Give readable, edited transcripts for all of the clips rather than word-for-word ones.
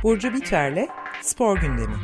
Burcu Biterle Spor Gündemi.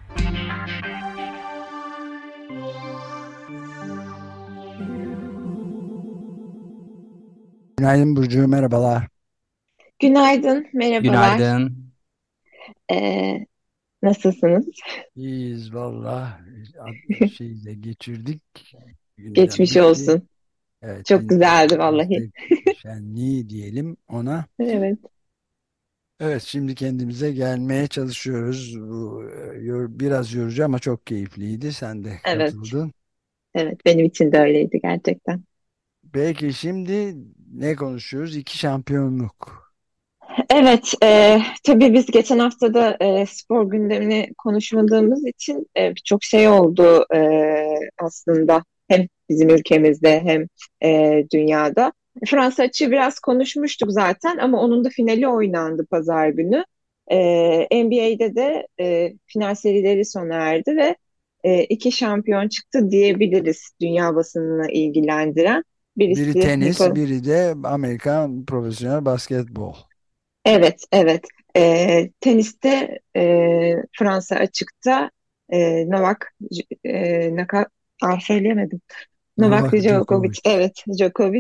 Günaydın Burcu, merhabalar. Günaydın, merhabalar. Günaydın. Ee, Nasılsınız? İyiyiz valla. Şeyi de geçirdik. Gündem Geçmiş bitti. olsun. Evet, Çok güzeldi vallahi. meslek şenliği diyelim ona. Evet, Evet, şimdi kendimize gelmeye çalışıyoruz. Biraz yorucu ama çok keyifliydi. Sen de evet, katıldın. evet. Benim için de öyleydi gerçekten. Peki şimdi ne konuşuyoruz? İki şampiyonluk. Evet, tabii biz geçen hafta da spor gündemini konuşmadığımız için birçok şey oldu aslında. Hem bizim ülkemizde hem dünyada. Fransa açığı biraz konuşmuştuk zaten ama onun da finali oynandı pazar günü. NBA'de de final serileri sona erdi ve iki şampiyon çıktı diyebiliriz dünya basınını ilgilendiren. Biri Birisi tenis, Nikola. biri de Amerikan profesyonel basketbol. Evet, evet. Teniste Fransa açıkta Novak söyleyemedim. Novak Novak Djokovic, Djokovic. evet, Djokovic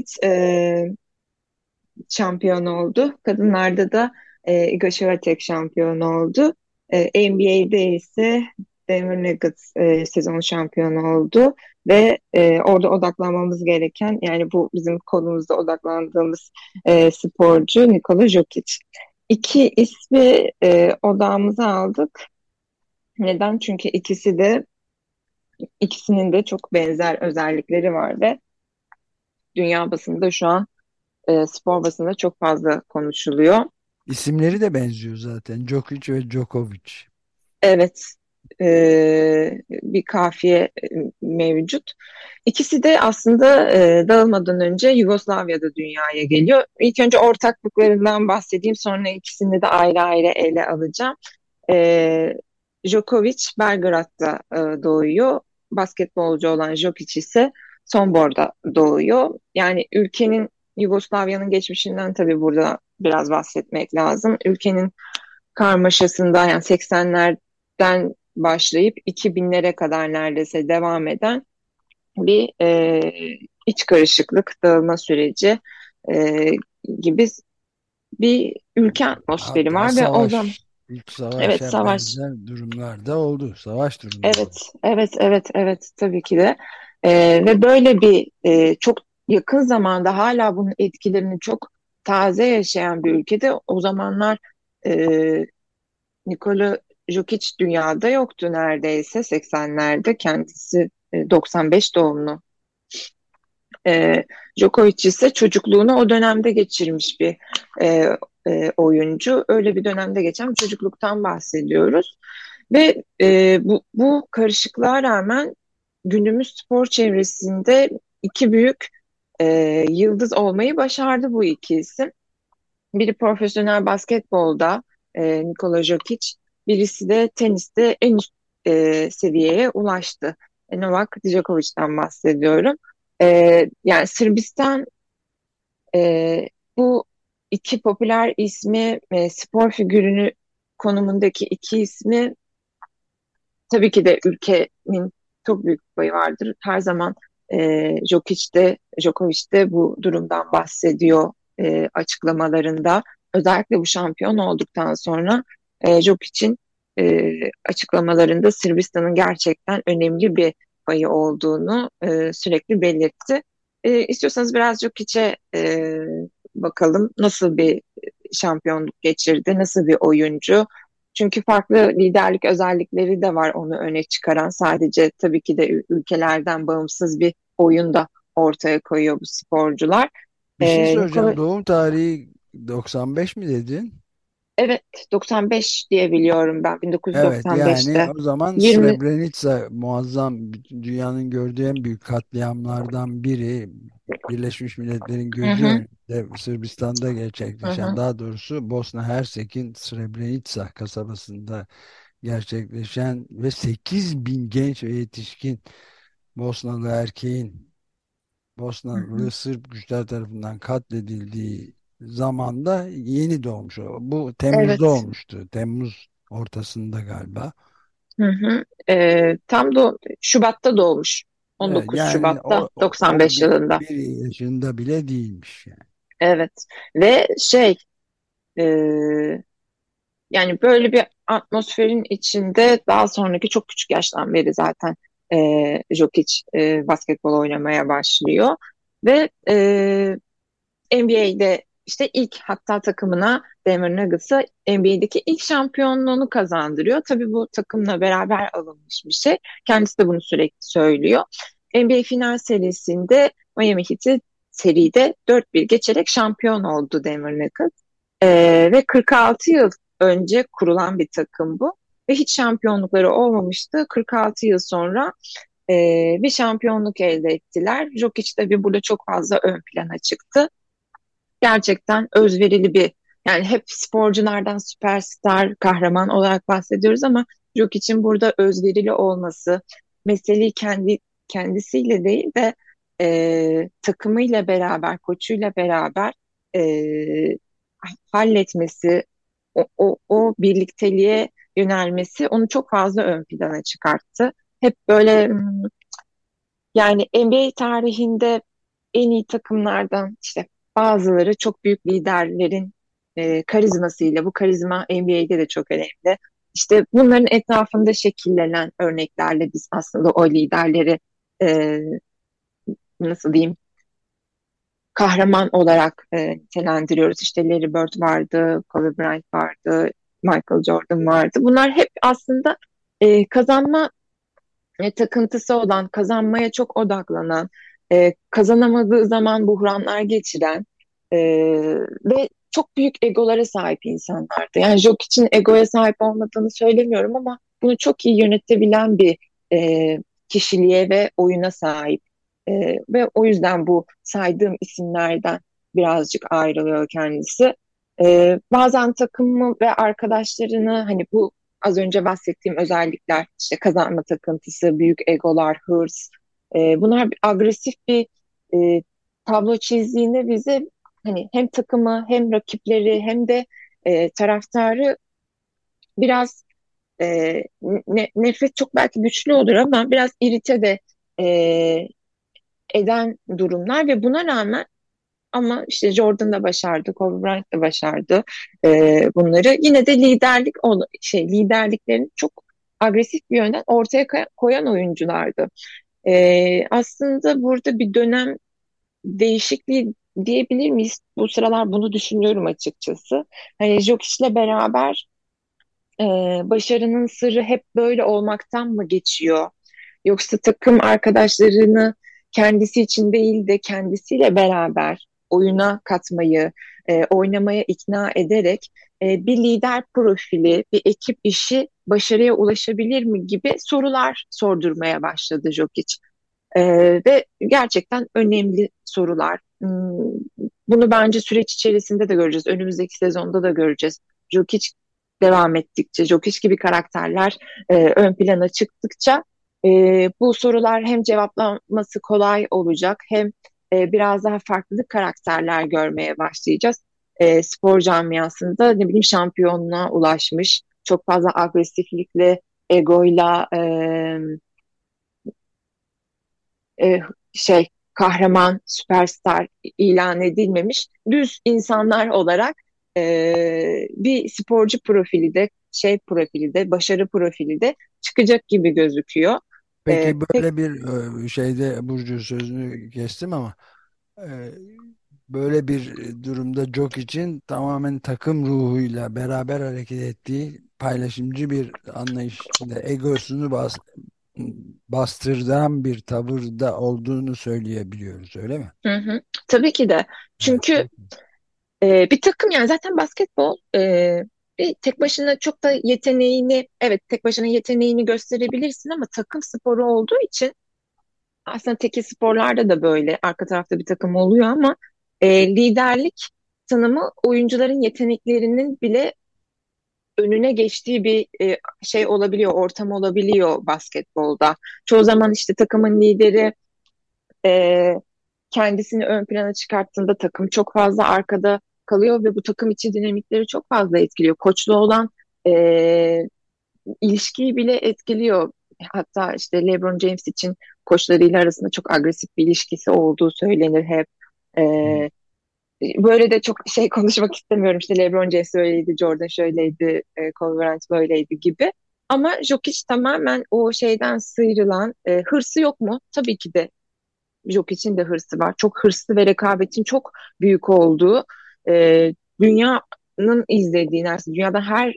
şampiyon oldu. Kadınlarda da Iga Świątek şampiyon oldu. NBA'de ise Denver Nuggets sezon şampiyonu oldu ve orada odaklanmamız gereken yani bu bizim konumuzda odaklandığımız sporcu Nikola Jokic. İki ismi odağımıza aldık. Neden? Çünkü ikisinin de çok benzer özellikleri var ve dünya basında şu an spor basında çok fazla konuşuluyor. İsimleri de benziyor zaten. Djokovic ve Djokovic. Evet, bir kafiye mevcut. İkisi de aslında dağılmadan önce Yugoslavya'da dünyaya geliyor. İlk önce ortaklıklarından bahsedeyim, sonra ikisini de ayrı ayrı ele alacağım. E, Djokovic Belgrad'da doğuyor. Basketbolcu olan Jokic ise Sombor'da doğuyor. Yani ülkenin Yugoslavya'nın geçmişinden tabii burada biraz bahsetmek lazım. Ülkenin karmaşasında yani 80'lerden başlayıp 2000'lere kadar neredeyse devam eden bir iç karışıklık, dağılma süreci e, gibi bir ülke atmosferi Hatta var ve o zaman savaş, iç evet savaşa savaş. benzer durumlar da oldu. Savaş durumları. Evet, evet, evet, evet tabii ki de. Ve böyle bir çok yakın zamanda hala bunun etkilerini çok taze yaşayan bir ülkede o zamanlar e, Nikola Jokic dünyada yoktu neredeyse 80'lerde. Kendisi 95 doğumlu. E, Djokovic ise çocukluğunu o dönemde geçirmiş bir e, oyuncu. Öyle bir dönemde geçen bir çocukluktan bahsediyoruz. Ve bu karışıklığa rağmen günümüz spor çevresinde iki büyük yıldız olmayı başardı bu iki isim. Biri profesyonel basketbolda Nikola Jokic, birisi de teniste en üst seviyeye ulaştı. Novak Djokovic'ten bahsediyorum. Yani Sırbistan e, bu iki popüler ismi, spor figürünü konumundaki iki ismi tabii ki de ülkenin çok büyük bir payı vardır. Her zaman Djokovic de bu durumdan bahsediyor açıklamalarında. Özellikle bu şampiyon olduktan sonra Djokic'in açıklamalarında Sırbistan'ın gerçekten önemli bir payı olduğunu sürekli belirtti. İstiyorsanız biraz Djokic'e bakalım nasıl bir şampiyonluk geçirdi, nasıl bir oyuncu. Çünkü farklı liderlik özellikleri de var onu öne çıkaran. Sadece tabii ki de ülkelerden bağımsız bir oyun da ortaya koyuyor bu sporcular. Bir şey Nikola, soracağım. Doğum tarihi 95 mi dedin? evet 95 diye biliyorum ben Evet, yani 1995'te. o zaman 20 Srebrenica muazzam, bütün dünyanın gördüğü en büyük katliamlardan biri. Birleşmiş Milletler'in hı gözü hı, önünde Sırbistan'da hı gerçekleşen, hı. daha doğrusu Bosna Hersek'in Srebrenica kasabasında gerçekleşen ve 8 bin genç ve yetişkin Bosnalı erkeğin Hı hı. Bosnalı Sırp güçler tarafından katledildiği zamanda yeni doğmuş. Bu Temmuz'da Evet, olmuştu. Temmuz ortasında galiba. Hı hı. Şubat'ta doğmuş. Evet, 19 yani Şubat'ta o 95 yılında. bir yaşında bile değilmiş yani. Evet. Ve e, yani böyle bir atmosferin içinde daha sonraki çok küçük yaştan beri zaten Jokic basketbol oynamaya başlıyor. Ve NBA'de işte ilk, hatta takımına, Denver Nuggets'a NBA'deki ilk şampiyonluğunu kazandırıyor. Tabii bu takımla beraber alınmış bir şey. Kendisi de bunu sürekli söylüyor. NBA final serisinde Miami Heat'i seride 4-1 geçerek şampiyon oldu Denver Nuggets. Ve 46 yıl önce kurulan bir takım bu. Ve hiç şampiyonlukları olmamıştı. 46 yıl sonra bir şampiyonluk elde ettiler. Jokic tabii burada çok fazla ön plana çıktı. Gerçekten özverili bir, yani hep sporculardan süperstar, kahraman olarak bahsediyoruz ama Jokic'in burada özverili olması, meseleyi kendisiyle değil de takımıyla beraber, koçuyla beraber e, halletmesi, o birlikteliğe yönelmesi onu çok fazla ön plana çıkarttı. Hep böyle yani NBA tarihinde en iyi takımlardan işte bazıları çok büyük liderlerin karizmasıyla, bu karizma NBA'de de çok önemli. İşte bunların etrafında şekillenen örneklerle biz aslında o liderleri e, nasıl diyeyim, kahraman olarak nitelendiriyoruz. İşte Larry Bird vardı, Kobe Bryant vardı, Michael Jordan vardı. Bunlar hep aslında kazanma takıntısı olan, kazanmaya çok odaklanan, kazanamadığı zaman buhranlar geçiren e, ve çok büyük egolara sahip insanlardı. Yani Jokic'in egoya sahip olmadığını söylemiyorum ama bunu çok iyi yönetebilen bir kişiliğe ve oyuna sahip. Ve o yüzden bu saydığım isimlerden birazcık ayrılıyor kendisi. Bazen takımı ve arkadaşlarını, hani bu az önce bahsettiğim özellikler, işte kazanma takıntısı, büyük egolar, hırs, bunlar agresif bir e, tablo çizdiğinde bize hani hem takımı hem rakipleri hem de taraftarı biraz nefret çok belki güçlü olur ama biraz irite de e, eden durumlar ve buna rağmen, ama işte Jordan da başardı, Kobe Bryant da başardı bunları. Yine de liderliklerini çok agresif bir yönden ortaya koyan oyunculardı. Aslında burada bir dönem değişikliği diyebilir miyiz? Bu sıralar bunu düşünüyorum açıkçası. Hani Jokic'le beraber e, başarının sırrı hep böyle olmaktan mı geçiyor? Yoksa takım arkadaşlarını kendisi için değil de kendisiyle beraber oyuna katmayı, oynamaya ikna ederek bir lider profili, bir ekip işi başarıya ulaşabilir mi gibi sorular sordurmaya başladı Jokic. Ve gerçekten önemli sorular. Bunu bence süreç içerisinde de göreceğiz. Önümüzdeki sezonda da göreceğiz. Jokic devam ettikçe, Jokic gibi karakterler ön plana çıktıkça bu sorular hem cevaplanması kolay olacak, hem biraz daha farklı karakterler görmeye başlayacağız. Spor camiasında ne bileyim şampiyonluğa ulaşmış, çok fazla agresiflikle, egoyla, e, kahraman, süperstar ilan edilmemiş düz insanlar olarak bir sporcu profili de, profili de, başarı profili de çıkacak gibi gözüküyor. Peki Pek böyle bir şeyde, Burcu, sözünü kestim ama e, böyle bir durumda Jock için tamamen takım ruhuyla beraber hareket ettiği paylaşımcı bir anlayış içinde egosunu bastıran bir tavırda olduğunu söyleyebiliyoruz, öyle mi? hı hı, tabii ki de, Evet, çünkü çok iyi. bir takım, yani zaten basketbol bir tek başına çok da yeteneğini, evet tek başına yeteneğini gösterebilirsin ama takım sporu olduğu için, aslında tekil sporlarda da böyle arka tarafta bir takım oluyor ama liderlik tanımı oyuncuların yeteneklerinin bile önüne geçtiği bir olabiliyor, ortam olabiliyor basketbolda. Çoğu zaman işte takımın lideri e, kendisini ön plana çıkarttığında takım çok fazla arkada kalıyor ve bu takım içi dinamikleri çok fazla etkiliyor. Koçlu olan e, ilişkiyi bile etkiliyor. Hatta işte LeBron James için koçlarıyla arasında çok agresif bir ilişkisi olduğu söylenir hep. E, Böyle de çok şey konuşmak istemiyorum. İşte LeBron James öyleydi, Jordan şöyleydi, Kobe Bryant böyleydi gibi. Ama Jokic tamamen o şeyden sıyrılan, hırsı yok mu? Tabii ki de Jokic'in de hırsı var. Çok hırslı ve rekabetin çok büyük olduğu, dünyanın izlediği, neredeyse dünyada her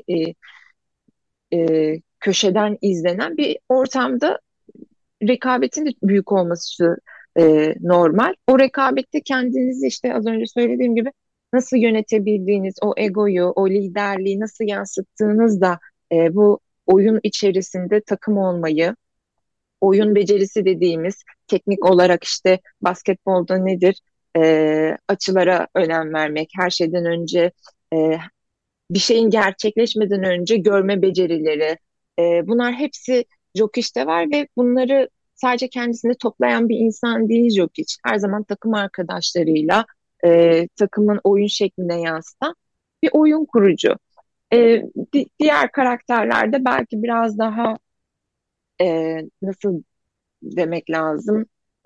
köşeden izlenen bir ortamda rekabetin de büyük olması normal. O rekabette kendinizi işte az önce söylediğim gibi nasıl yönetebildiğiniz, o egoyu, o liderliği nasıl yansıttığınız da bu oyun içerisinde takım olmayı, oyun becerisi dediğimiz teknik olarak işte basketbolda nedir? Açılara önem vermek, her şeyden önce e, bir şeyin gerçekleşmeden önce görme becerileri, bunlar hepsi Jokic'te var ve bunları sadece kendisinde toplayan bir insan değil Jokic. Her zaman takım arkadaşlarıyla takımın oyun şekline yansıtan bir oyun kurucu. Diğer karakterlerde belki biraz daha nasıl demek lazım?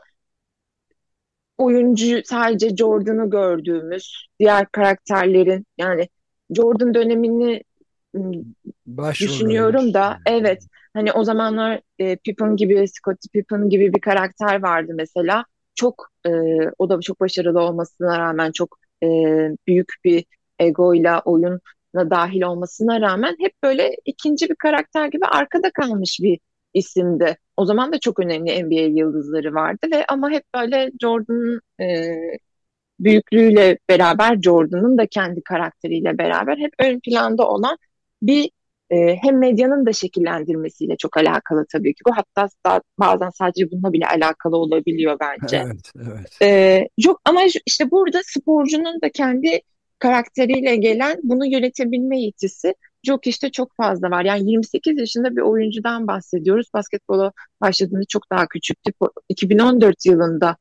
Oyuncu sadece Jordan'ı gördüğümüz diğer karakterlerin yani Jordan dönemini Başrol düşünüyorum oyuncusu. da evet hani o zamanlar Pippen gibi Scottie Pippen gibi bir karakter vardı mesela çok o da çok başarılı olmasına rağmen çok e, büyük bir egoyla oyuna dahil olmasına rağmen hep böyle ikinci bir karakter gibi arkada kalmış bir isimdi. O zaman da çok önemli NBA yıldızları vardı ve ama hep böyle Jordan'ın büyüklüğüyle beraber Jordan'ın da kendi karakteriyle beraber hep ön planda olan bir hem medyanın da şekillendirmesiyle çok alakalı tabii ki bu. Hatta bazen sadece bununla bile alakalı olabiliyor bence. Evet, evet. Yok ama işte burada sporcunun da kendi karakteriyle gelen bunu yönetebilme yetisi çok işte çok fazla var. Yani 28 yaşında bir oyuncudan bahsediyoruz. Basketbola başladığında çok daha küçüktü. 2014 yılında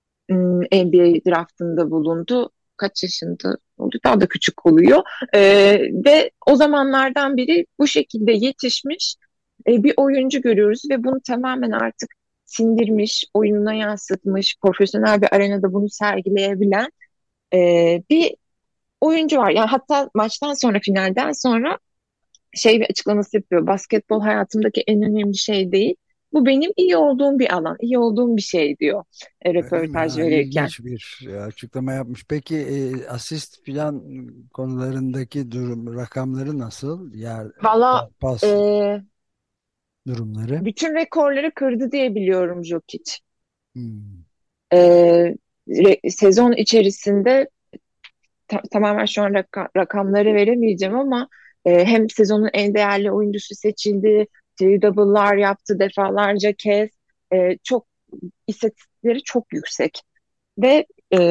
NBA draftında bulundu. Kaç yaşında oldu? Daha da küçük oluyor. Ve o zamanlardan beri bu şekilde yetişmiş bir oyuncu görüyoruz ve bunu tamamen artık sindirmiş, oyununa yansıtmış, profesyonel bir arenada bunu sergileyebilen bir oyuncu var. Yani hatta maçtan sonra, finalden sonra şey bir açıklaması yapıyor. Basketbol hayatımdaki en önemli şey değil. Bu benim iyi olduğum bir alan, iyi olduğum bir şey diyor Öyle mi? röportaj Ha, verirken. ilginç bir açıklama yapmış. Peki asist filan konularındaki rakamları nasıl? Yer, Valla pas e, durumları. bütün rekorları kırdı diye biliyorum Jokic. Hmm. E, Sezon içerisinde tamamen şu an rakamları veremeyeceğim ama hem sezonun en değerli oyuncusu seçildi, triple-double'lar yaptı defalarca kez. Çok istatistikleri çok yüksek ve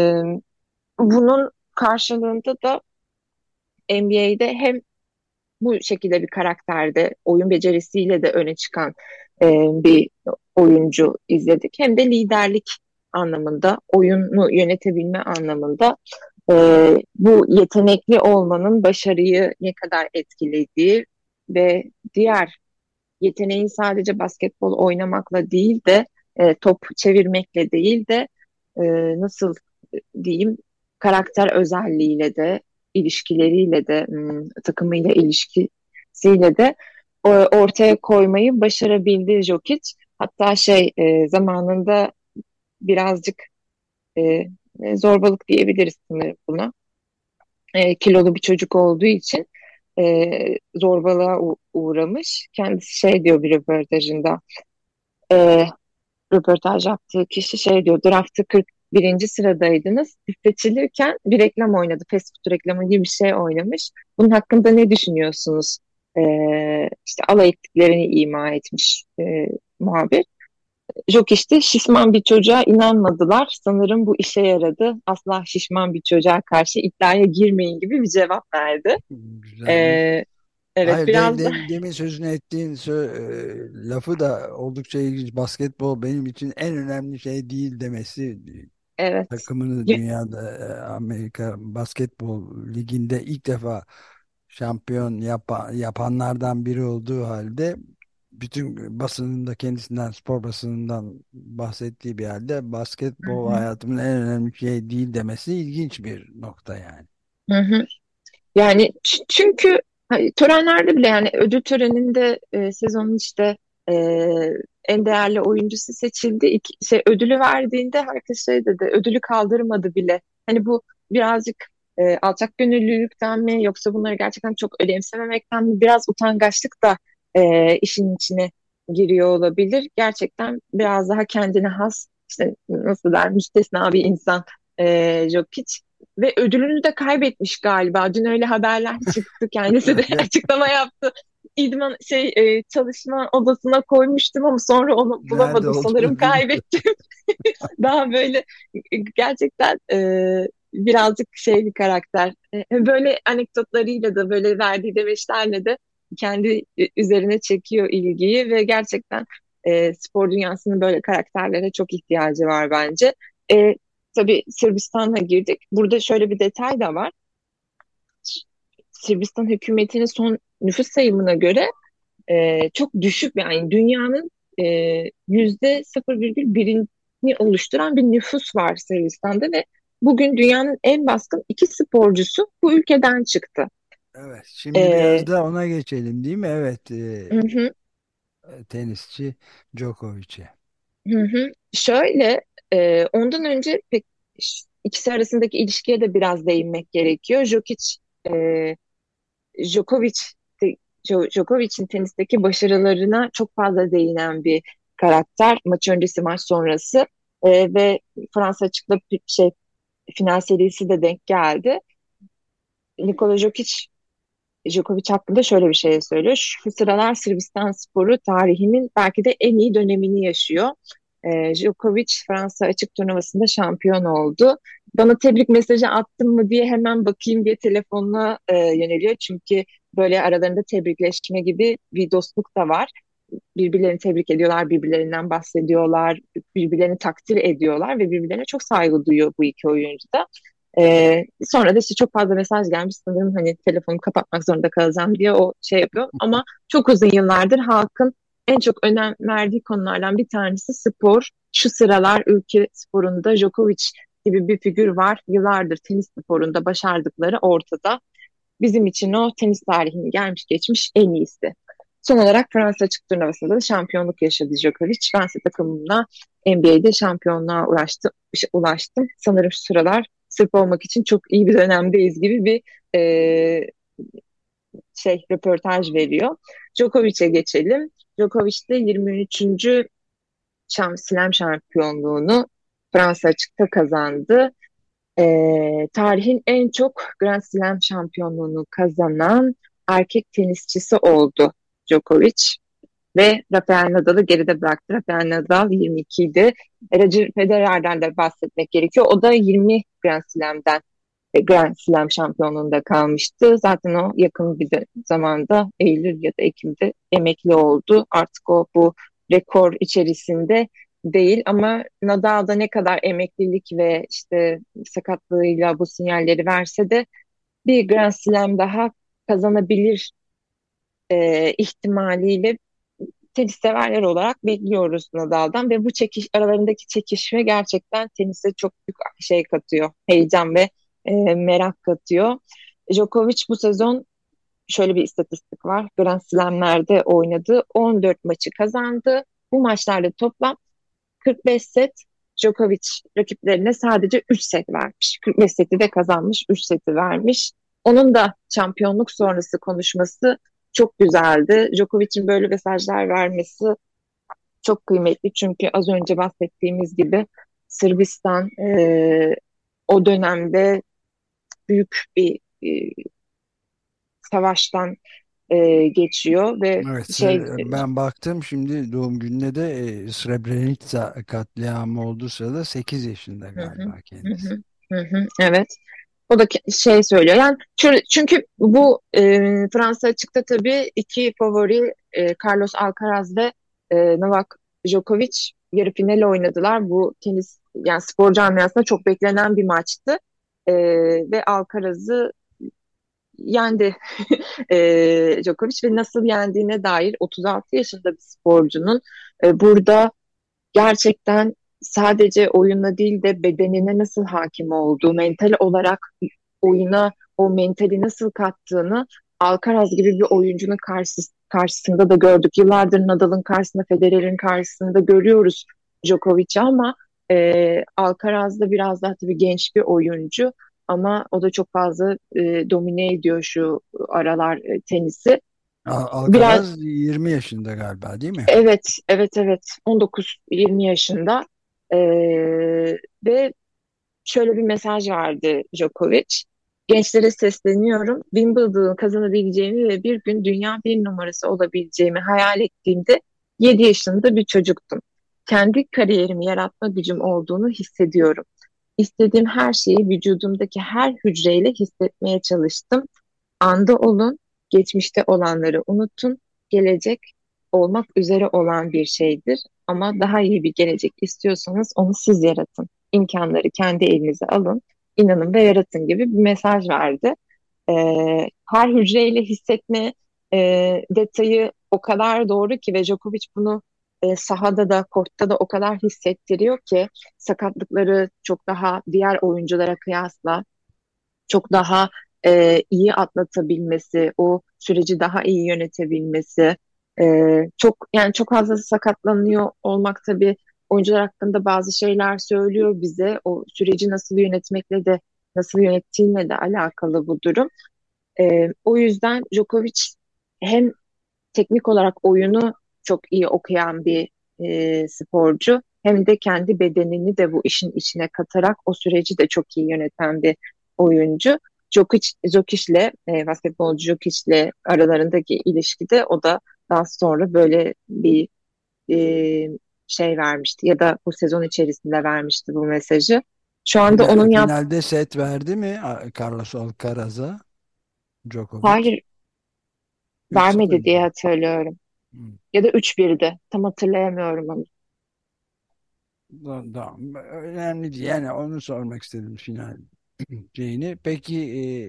bunun karşılığında da NBA'de hem bu şekilde bir karakterde oyun becerisiyle de öne çıkan bir oyuncu izledik. Hem de liderlik anlamında, oyunu yönetebilme anlamında e, bu yetenekli olmanın başarıyı ne kadar etkilediği ve diğer yeteneğin sadece basketbol oynamakla değil de top çevirmekle değil de e, nasıl diyeyim karakter özelliğiyle de ilişkileriyle de takımıyla ilişkisiyle de ortaya koymayı başarabildi Jokic. Hatta şey zamanında birazcık e, zorbalık diyebiliriz sanırım buna. Kilolu bir çocuk olduğu için zorbalığa uğramış. Kendisi şey diyor bir röportajında. E, Röportaj yaptığı kişi şey diyor, draftta 41. sıradaydınız. Siz seçilirken bir reklam oynadı. Fast food reklamı gibi bir şey oynamış. Bunun hakkında ne düşünüyorsunuz? İşte alay ettiklerini ima etmiş muhabir. Yok işte şişman bir çocuğa inanmadılar. Sanırım bu işe yaradı. Asla şişman bir çocuğa karşı iddiaya girmeyin gibi bir cevap verdi. Güzelmiş. Ee, evet Hayır, biraz da demin sözünü ettiğin lafı da oldukça ilginç. Basketbol benim için en önemli şey değil demesi, evet. takımını dünyada Amerika Basketbol Ligi'nde ilk defa şampiyon yapanlardan biri olduğu halde bütün basınında kendisinden, spor basınından bahsettiği bir halde Hı basketbol hı. hayatımın en önemli şey değil demesi ilginç bir nokta yani. Hı hı. Yani çünkü törenlerde bile, yani ödül töreninde sezonun işte e, en değerli oyuncusu seçildi. Ödülü verdiğinde herkes şey dedi, ödülü kaldırmadı bile. Hani bu birazcık alçak gönüllülükten mi, yoksa bunları gerçekten çok önemsememekten mi, biraz utangaçlık da işin içine giriyor olabilir. Gerçekten biraz daha kendine has, işte nasıl der, müstesna bir insan Jokic. Ve ödülünü de kaybetmiş galiba. Dün öyle haberler çıktı. Kendisi de açıklama yaptı. Çalışma odasına koymuştum ama sonra onu Nerede bulamadım. Sanırım olduğunu bilmiyorum. kaybettim. Daha böyle gerçekten birazcık şey bir karakter. Böyle anekdotlarıyla da, böyle verdiği demeçlerle de kendi üzerine çekiyor ilgiyi ve gerçekten spor dünyasının böyle karakterlere çok ihtiyacı var bence. E, tabii Sırbistan'a girdik. Burada şöyle bir detay da var. Sırbistan hükümetinin son nüfus sayımına göre çok düşük, yani dünyanın %0,1'ini oluşturan bir nüfus var Sırbistan'da ve bugün dünyanın en baskın iki sporcusu bu ülkeden çıktı. Evet, şimdi biraz E, da ona geçelim değil mi? Evet, hı hı, tenisçi Djokovic'e. hı hı. Şöyle, ondan önce ikisi arasındaki ilişkiye de biraz değinmek gerekiyor. E, Djokovic, Djokovic'in tenisteki başarılarına çok fazla değinen bir karakter. Maç öncesi, maç sonrası ve Fransa açıkta final serisi de denk geldi. Nikola Djokovic hakkında şöyle bir şey söylüyor. Şu sıralar Sırbistan sporu tarihinin belki de en iyi dönemini yaşıyor. Djokovic Fransa açık turnuvasında şampiyon oldu. Bana tebrik mesajı attın mı diye hemen bakayım diye telefonuna yöneliyor. Çünkü böyle aralarında tebrikleşme gibi bir dostluk da var. Birbirlerini tebrik ediyorlar, birbirlerinden bahsediyorlar, birbirlerini takdir ediyorlar ve birbirlerine çok saygı duyuyor bu iki oyuncu da. Sonra da işte çok fazla mesaj gelmiş, sanırım hani telefonu kapatmak zorunda kalacağım diye o şey yapıyor. Ama çok uzun yıllardır halkın en çok önem verdiği konulardan bir tanesi spor. Şu sıralar ülke sporunda Djokovic gibi bir figür var. Yıllardır tenis sporunda başardıkları ortada. Bizim için o tenis tarihini gelmiş geçmiş en iyisi. Son olarak Fransa açık turnuvasında da şampiyonluk yaşadı Djokovic. Fransa takımına NBA'de şampiyonluğa ulaştı. Sanırım şu sıralar Sırp olmak için çok iyi bir dönemdeyiz gibi bir e, röportaj veriyor. Djokovic'e geçelim. Djokovic de 23. Slam şampiyonluğunu Fransa açıkta kazandı. Tarihin en çok Grand Slam şampiyonluğunu kazanan erkek tenisçisi oldu Djokovic ve Rafael Nadal'ı geride bıraktı. Rafael Nadal 22 idi. Roger Federer'den de bahsetmek gerekiyor. O da 20 Grand Slam şampiyonluğunda kalmıştı. Zaten o yakın bir zamanda, Eylül ya da Ekim'de emekli oldu. Artık o bu rekor içerisinde değil, ama Nadal da ne kadar emeklilik ve işte sakatlığıyla bu sinyalleri verse de bir Grand Slam daha kazanabilir ihtimaliyle tenis severler olarak bekliyoruz Nadal'dan ve bu aralarındaki çekişme gerçekten tenise çok büyük şey katıyor. Heyecan ve merak katıyor. Djokovic bu sezon, şöyle bir istatistik var. Grand Slam'lerde oynadı. 14 maçı kazandı. Bu maçlarda toplam 45 set. Djokovic rakiplerine sadece 3 set vermiş. 45 seti de kazanmış, 3 seti vermiş. Onun da şampiyonluk sonrası konuşması çok güzeldi. Djokovic'in böyle mesajlar vermesi çok kıymetli, çünkü az önce bahsettiğimiz gibi Sırbistan o dönemde büyük bir savaştan geçiyor ve Evet, şey. ben baktım şimdi doğum gününe de Srebrenica katliamı olduğu sırada 8 yaşında Hı hı, galiba hı kendisi. hı, hı hı, evet. O da şey söylüyor. Yani çünkü bu Fransa açıkta tabii iki favori, Carlos Alcaraz ve Novak Djokovic yarı final oynadılar. Bu tenis, yani spor camiasında çok beklenen bir maçtı. E, Ve Alcaraz'ı yendi Djokovic ve nasıl yendiğine dair 36 yaşında bir sporcunun burada gerçekten sadece oyuna değil de bedenine nasıl hakim olduğu, mental olarak oyuna o mentali nasıl kattığını Alcaraz gibi bir oyuncunun karşısında da gördük. Yıllardır Nadal'ın karşısında, Federer'in karşısında görüyoruz Djokovic'i ama Alcaraz da biraz daha tabii genç bir oyuncu ama o da çok fazla domine ediyor şu aralar tenisi. Biraz Alcaraz 20 yaşında galiba, değil mi? evet, evet, evet. 19-20 yaşında. Ve şöyle bir mesaj verdi Djokovic. Gençlere sesleniyorum. Wimbledon'u kazanabileceğimi ve bir gün dünya bir numarası olabileceğimi hayal ettiğimde 7 yaşında bir çocuktum. Kendi kariyerimi yaratma gücüm olduğunu hissediyorum. İstediğim her şeyi vücudumdaki her hücreyle hissetmeye çalıştım. Anda olun, geçmişte olanları unutun. Gelecek olmak üzere olan bir şeydir. Ama daha iyi bir gelecek istiyorsanız onu siz yaratın. İmkanları kendi elinize alın, inanın ve yaratın gibi bir mesaj verdi. Her hücreyle hissetme detayı o kadar doğru ki ve Djokovic bunu sahada da kortta da o kadar hissettiriyor ki sakatlıkları çok daha diğer oyunculara kıyasla çok daha iyi atlatabilmesi, o süreci daha iyi yönetebilmesi, çok yani çok fazla sakatlanıyor olmak tabii oyuncular hakkında bazı şeyler söylüyor bize. O süreci nasıl yönetmekle de nasıl yönettiğinle de alakalı bu durum. O yüzden Djokovic hem teknik olarak oyunu çok iyi okuyan bir sporcu hem de kendi bedenini de bu işin içine katarak o süreci de çok iyi yöneten bir oyuncu. Djokic'le, basketbolcu Djokic'le aralarındaki ilişkide o da daha sonra böyle bir e, şey vermişti ya da bu sezon içerisinde vermişti bu mesajı. Şu anda onun Finalde set verdi mi Carlos Alcaraz'a Djokovic? hayır 3-0 vermedi mı? diye hatırlıyorum. Hmm. Ya da 3-1'di. Tam hatırlayamıyorum onu. Tamam. Önemli değil. Yani onu sormak istedim final şeyini. Peki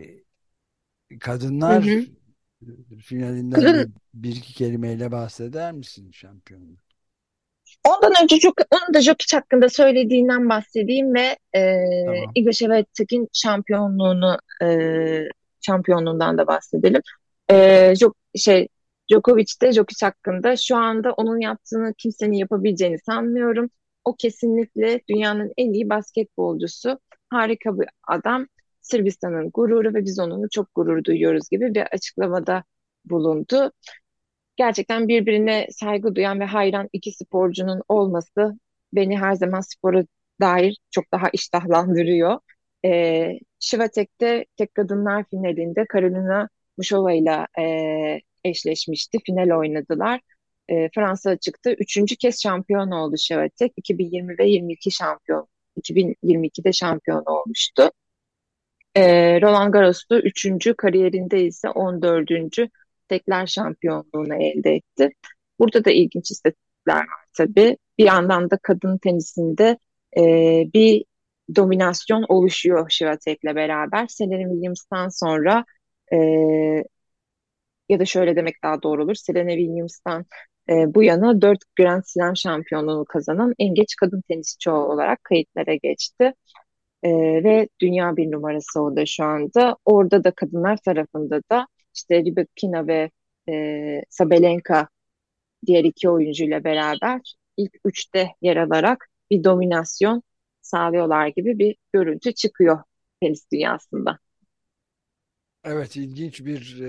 Hı kadınlar hı. finalinden Kadın bir iki kelimeyle bahseder misin şampiyonun? ondan önce onun da Jokic hakkında söylediğinden bahsedeyim ve Tamam. Iga Świątek'in şampiyonluğundan da bahsedelim. Şey Djokovic de Jokic hakkında şu anda onun yaptığını kimsenin yapabileceğini sanmıyorum. O kesinlikle dünyanın en iyi basketbolcusu. Harika bir adam. Sırbistan'ın gururu ve biz onunla çok gurur duyuyoruz gibi bir açıklamada bulundu. Gerçekten birbirine saygı duyan ve hayran iki sporcunun olması beni her zaman spora dair çok daha iştahlandırıyor. Şivatek'te tek kadınlar finalinde Karolina Muşova ile eşleşmişti. Final oynadılar. Fransa çıktı. Üçüncü kez şampiyon oldu Şivatek. 2020 ve 22 şampiyon. 2022'de şampiyon olmuştu. Roland Garros'ta üçüncü, kariyerinde ise 14. tekler şampiyonluğunu elde etti. Burada da ilginç istatistikler var tabii. Bir yandan da kadın tenisinde e, bir dominasyon oluşuyor Świątek'le beraber. Serena Williams'tan sonra e, ya da şöyle demek daha doğru olur. Serena Williams'tan bu yana 4 Grand Slam şampiyonluğunu kazanan en geç kadın tenisçi olarak kayıtlara geçti. Ve dünya bir numarası o da şu anda. Orada da kadınlar tarafında da işte Rybakina ve Sabalenka diğer iki oyuncuyla beraber ilk üçte yer alarak bir dominasyon sağlıyorlar gibi bir görüntü çıkıyor tenis dünyasında. Evet, ilginç bir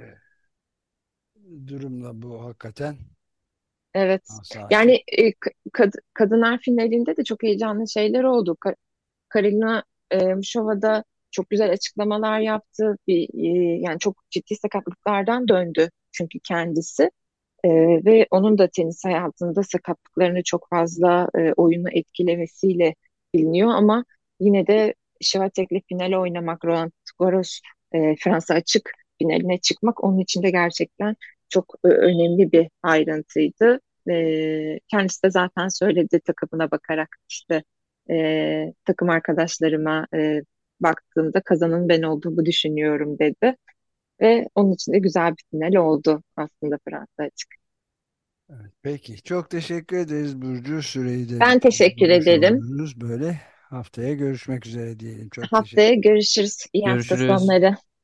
durumla bu hakikaten. Evet. Yani Sakin. kadınlar finalinde de çok heyecanlı şeyler oldu. Karolina Muşova'da çok güzel açıklamalar yaptı. Yani çok ciddi sakatlıklardan döndü çünkü kendisi. E, Ve onun da tenis hayatında sakatlıklarını çok fazla oyunu etkilemesiyle biliniyor ama yine de Świątek'le final oynamak, Roland Garros Fransa açık finaline çıkmak onun için de gerçekten çok önemli bir ayrıntıydı. Kendisi de zaten söyledi takımına bakarak işte takım arkadaşlarıma baktığımda kazanın ben olduğumu düşünüyorum dedi. ve onun için de güzel bir final oldu aslında Fransa açık. Evet, peki. Çok teşekkür ederiz Burcu. Süreyi de Ben teşekkür doldurmuş ederim. oldunuz. Böyle haftaya görüşmek üzere diyelim. Çok teşekkür Haftaya görüşürüz. İyi hafta Görüşürüz. sonları.